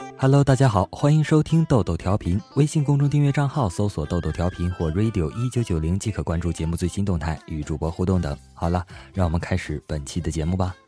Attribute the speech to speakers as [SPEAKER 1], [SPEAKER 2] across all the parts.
[SPEAKER 1] Hello， 大家好，欢迎收听豆豆调频。微信公众订阅账号搜索豆豆调频或 Radio 1990即可关注节目最新动态，与主播互动等。好了，让我们开始本期的节目吧。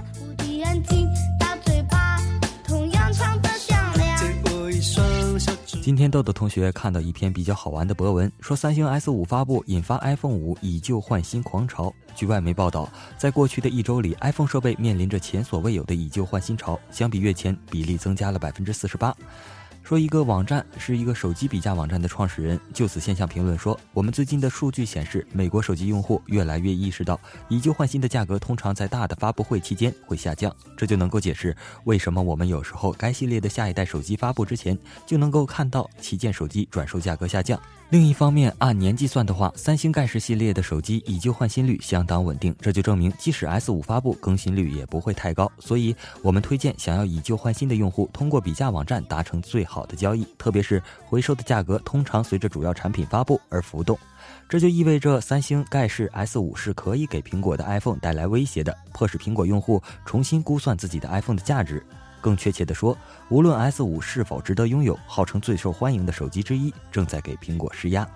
[SPEAKER 1] 今天豆豆同学看到一篇比较好玩的博文，说三星 S5 发布引发 iPhone 5以旧换新狂潮。据外媒报道，在过去的一周里 iPhone 设备面临着前所未有的以旧换新潮，相比月前比例增加了 48%。说一个网站是一个手机比价网站的创始人就此现象评论说，我们最近的数据显示，美国手机用户越来越意识到以旧换新的价格通常在大的发布会期间会下降，这就能够解释为什么我们有时候该系列的下一代手机发布之前就能够看到旗舰手机转售价格下降。另一方面，按年计算的话，三星盖世系列的手机以旧换新率相当稳定，这就证明即使 S5 发布，更新率也不会太高。所以我们推荐想要以旧换新的用户通过比价网站达成最好的交易，特别是回收的价格通常随着主要产品发布而浮动。这就意味着三星盖世 S5 是可以给苹果的 iPhone 带来威胁的，迫使苹果用户重新估算自己的 iPhone 的价值。更确切地说，无论 S5 是否值得拥有，号称最受欢迎的手机之一正在给苹果施压。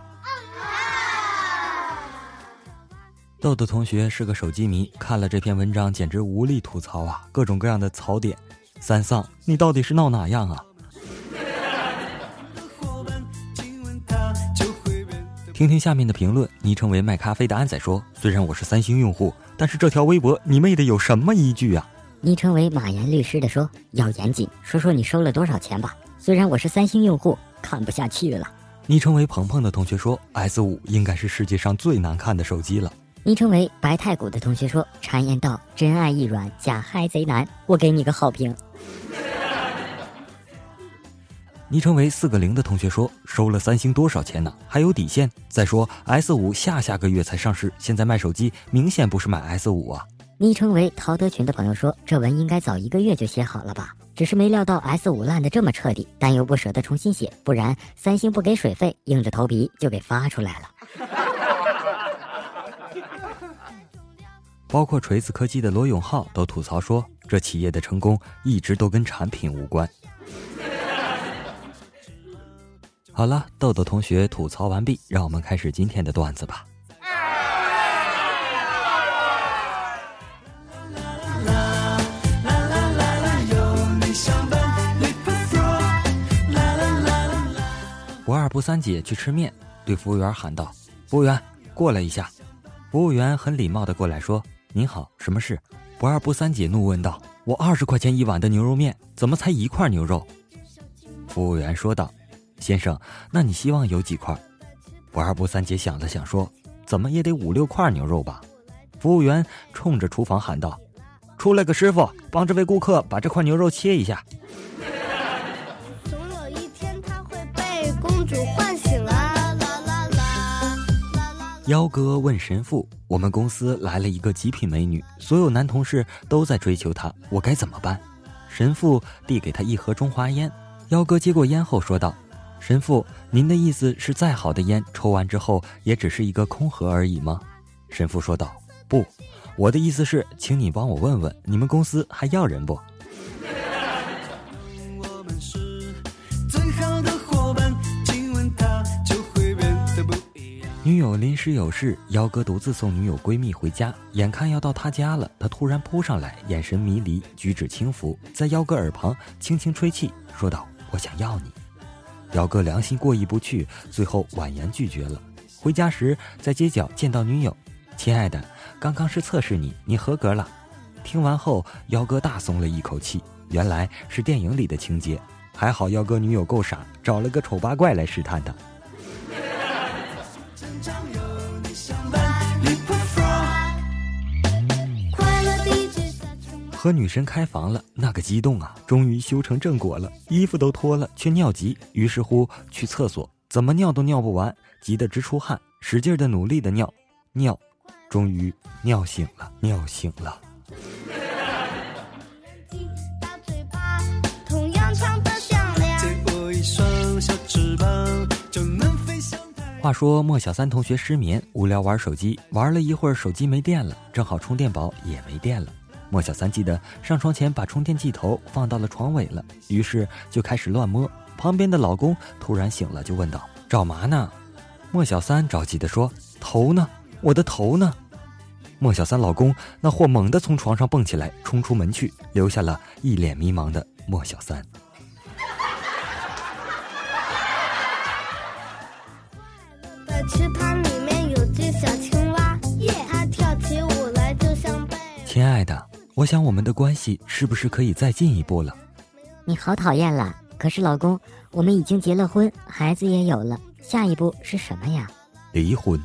[SPEAKER 1] 豆豆同学是个手机迷，看了这篇文章简直无力吐槽啊，各种各样的槽点。三丧，你到底是闹哪样啊？听听下面的评论，昵称为卖咖啡的安仔说，虽然我是三星用户，但是这条微博你妹的有什么依据啊？
[SPEAKER 2] 昵称为马岩律师的说，要严谨，说说你收了多少钱吧，虽然我是三星用户，看不下去了。
[SPEAKER 1] 昵称为鹏鹏的同学说， S5 应该是世界上最难看的手机了。
[SPEAKER 2] 昵称为白太古的同学说，谗言道，真爱一软，假嗨贼难，我给你个好评。
[SPEAKER 1] 昵称为4个0的同学说，收了三星多少钱呢？还有底线？再说 S5 下个月才上市，现在卖手机明显不是买 S5 啊。
[SPEAKER 2] 昵称为陶德群的朋友说，这文应该早1个月就写好了吧，只是没料到 S5 烂得这么彻底，但又不舍得重新写，不然三星不给水费，硬着头皮就给发出来了。
[SPEAKER 1] 包括锤子科技的罗永浩都吐槽说，这企业的成功一直都跟产品无关。好了，豆豆同学吐槽完毕，让我们开始今天的段子吧。不二不三姐去吃面，对服务员喊道，服务员过来一下。服务员很礼貌地过来说，您好，什么事？不二不三姐怒问道，我20块钱一碗的牛肉面，怎么才1块牛肉？服务员说道，先生，那你希望有几块？不二不三姐想了想说，怎么也得5、6块牛肉吧。服务员冲着厨房喊道，出来个师傅，帮这位顾客把这块牛肉切一下。
[SPEAKER 3] 总有一天他会被公主唤醒啊！
[SPEAKER 1] 幺哥问神父，我们公司来了一个极品美女，所有男同事都在追求她，我该怎么办？神父递给他一盒中华烟，幺哥接过烟后说道，神父，您的意思是再好的烟抽完之后也只是一个空盒而已吗？神父说道，不，我的意思是请你帮我问问，你们公司还要人不？女友临时有事，幺哥独自送女友闺蜜回家，眼看要到她家了，她突然扑上来，眼神迷离，举止轻浮，在幺哥耳旁轻轻吹气，说道，我想要你。幺哥良心过意不去，最后婉言拒绝了。回家时在街角见到女友，亲爱的，刚刚是测试你合格了。听完后，幺哥大松了一口气，原来是电影里的情节，还好幺哥女友够傻，找了个丑八怪来试探他。和女神开房了，那个激动啊，终于修成正果了，衣服都脱了，却尿急，于是乎去厕所，怎么尿都尿不完，急得直出汗，使劲的努力的尿，终于尿醒了。话说莫小三同学失眠，无聊玩手机，玩了一会儿手机没电了，正好充电宝也没电了。 莫小三记得上床前把充电器头放到了床尾了，于是就开始乱摸。旁边的老公突然醒了，就问道：找嘛呢？莫小三着急地说：头呢？我的头呢？莫小三老公那货猛地从床上蹦起来，冲出门去，留下了一脸迷茫的莫小三。
[SPEAKER 3] 池塘里面有只小青蛙，它跳起舞来就像被……
[SPEAKER 1] 亲爱的，我想我们的关系是不是可以再进一步了？
[SPEAKER 2] 你好讨厌啦！可是老公，我们已经结了婚，孩子也有了，下一步是什么呀？
[SPEAKER 1] 离婚。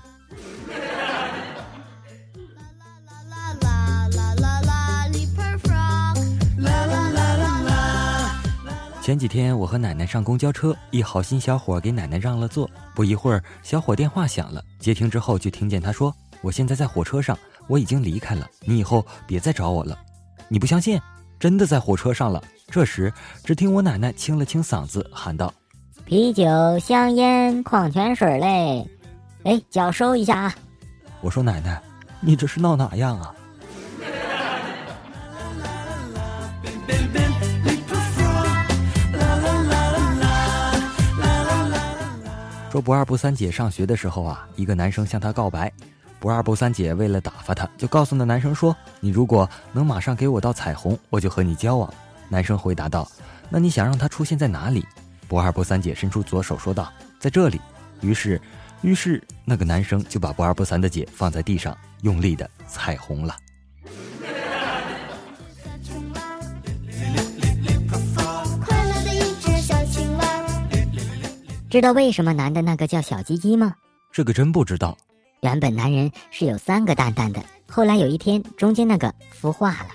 [SPEAKER 1] 前几天我和奶奶上公交车，一好心小伙给奶奶让了座。不一会儿，小伙电话响了，接听之后就听见他说：我现在在火车上，我已经离开了，你以后别再找我了。你不相信？真的在火车上了。这时只听我奶奶清了清嗓子喊道：
[SPEAKER 2] 啤酒、香烟、矿泉水嘞，哎，脚收一下啊。
[SPEAKER 1] 我说奶奶，你这是闹哪样啊？说不二不三姐上学的时候啊，一个男生向她告白，不二不三姐为了打发他，就告诉那男生说：你如果能马上给我道彩虹，我就和你交往。男生回答道：那你想让他出现在哪里？不二不三姐伸出左手说道：在这里。于是那个男生就把不二不三的姐放在地上，用力的彩虹了。
[SPEAKER 2] 知道为什么男的那个叫小鸡鸡吗？
[SPEAKER 1] 这个真不知道。
[SPEAKER 2] 原本男人是有3个蛋蛋的，后来有一天中间那个孵化了。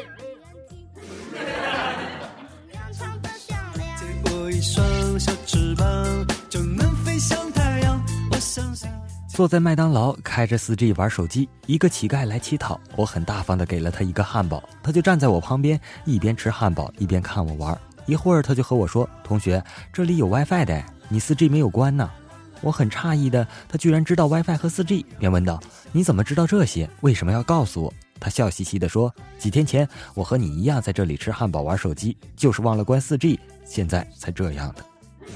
[SPEAKER 1] 坐在麦当劳开着 4G 玩手机，一个乞丐来乞讨，我很大方的给了他一个汉堡，他就站在我旁边，一边吃汉堡一边看我玩。一会儿他就和我说：同学，这里有 WiFi 的，你 4G 没有关呢。我很诧异的，他居然知道 WiFi 和 4G， 便问道：你怎么知道这些？为什么要告诉我？他笑嘻嘻地说：几天前我和你一样在这里吃汉堡玩手机，就是忘了关 4G， 现在才这样的。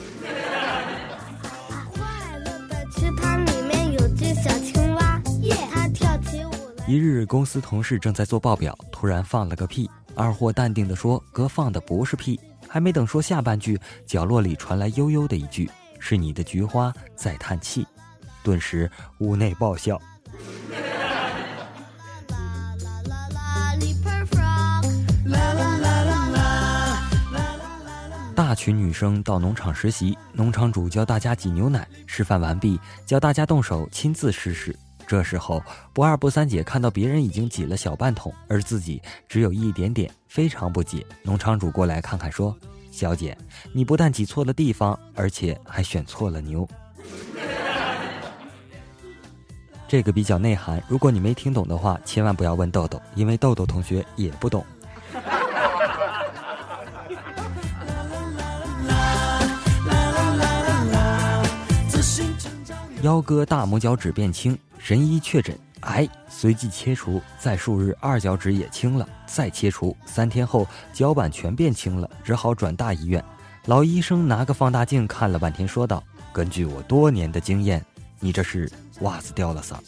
[SPEAKER 1] 一日，公司同事正在做报表，突然放了个屁，二货淡定地说：哥放的不是屁。还没等说下半句，角落里传来悠悠的一句：是你的菊花在叹气。顿时屋内爆笑。大群女生到农场实习，农场主教大家挤牛奶，示范完毕，教大家动手亲自试试。这时候不二不三姐看到别人已经挤了小半桶，而自己只有一点点，非常不解。农场主过来看看说：小姐，你不但挤错了地方，而且还选错了牛。这个比较内涵，如果你没听懂的话，千万不要问豆豆，因为豆豆同学也不懂。幺哥大拇脚趾变青，神医确诊癌，随即切除，再数日二脚趾也青了，再切除，3天后脚板全变青了，只好转大医院。老医生拿个放大镜看了半天，说道：根据我多年的经验，你这是袜子掉了色。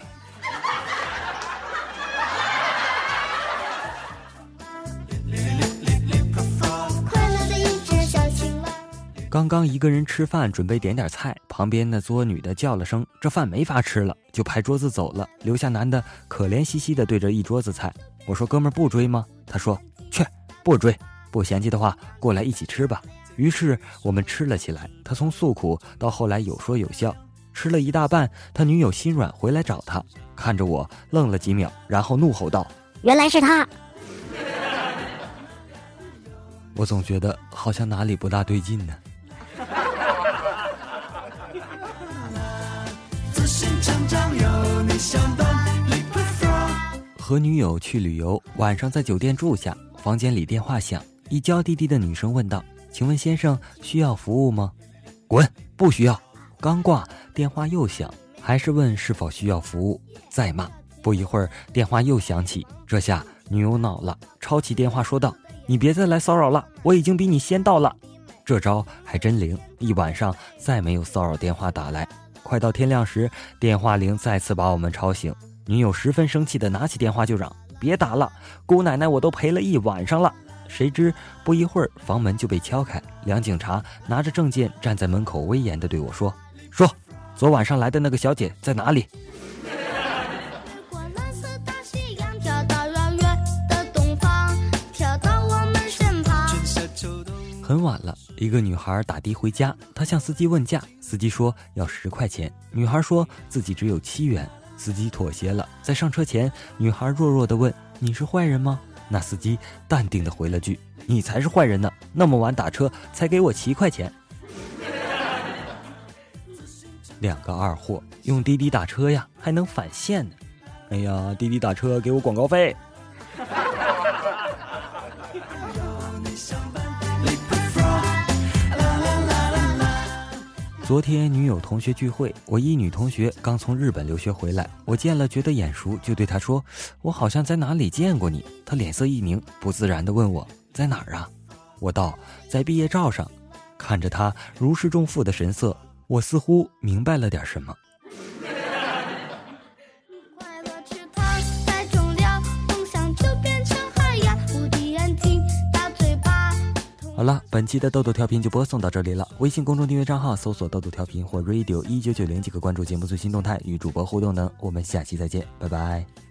[SPEAKER 1] 刚刚一个人吃饭，准备点点菜，旁边那作女的叫了声：这饭没法吃了，就拍桌子走了，留下男的可怜兮兮的对着一桌子菜。我说：哥们儿不追吗？他说：去，不追，不嫌弃的话过来一起吃吧。于是我们吃了起来，他从诉苦到后来有说有笑，吃了一大半，他女友心软回来找他，看着我愣了几秒，然后怒吼道：
[SPEAKER 2] 原来是他。
[SPEAKER 1] 我总觉得好像哪里不大对劲呢。和女友去旅游，晚上在酒店住下，房间里电话响，一娇滴滴的女生问道：请问先生需要服务吗？滚，不需要。刚挂，电话又响，还是问是否需要服务，再骂。不一会儿电话又响起，这下女友恼了，抄起电话说道：“你别再来骚扰了，我已经比你先到了。”这招还真灵，一晚上再没有骚扰电话打来。快到天亮时，电话铃再次把我们吵醒。女友十分生气地拿起电话就嚷：“别打了，姑奶奶我都陪了一晚上了。”谁知不一会儿房门就被敲开，两警察拿着证件站在门口，威严地对我说：“说，昨晚上来的那个小姐在哪里？”很晚了，一个女孩打的回家，她向司机问价，司机说要10块钱，女孩说自己只有7元，司机妥协了。在上车前，女孩弱弱地问：“你是坏人吗？”那司机淡定地回了句：“你才是坏人呢，那么晚打车才给我7块钱。”两个二货用滴滴打车呀，还能返现呢。哎呀，滴滴打车给我广告费。昨天女友同学聚会，我一女同学刚从日本留学回来，我见了觉得眼熟，就对她说：“我好像在哪里见过你。”她脸色一凝，不自然地问我：“在哪儿啊？”我道：“在毕业照上。”看着她如释重负的神色，我似乎明白了点什么。好了，本期的豆豆调频就播送到这里了。微信公众订阅账号搜索豆豆调频或 radio1990即可关注节目最新动态，与主播互动呢。我们下期再见，拜拜。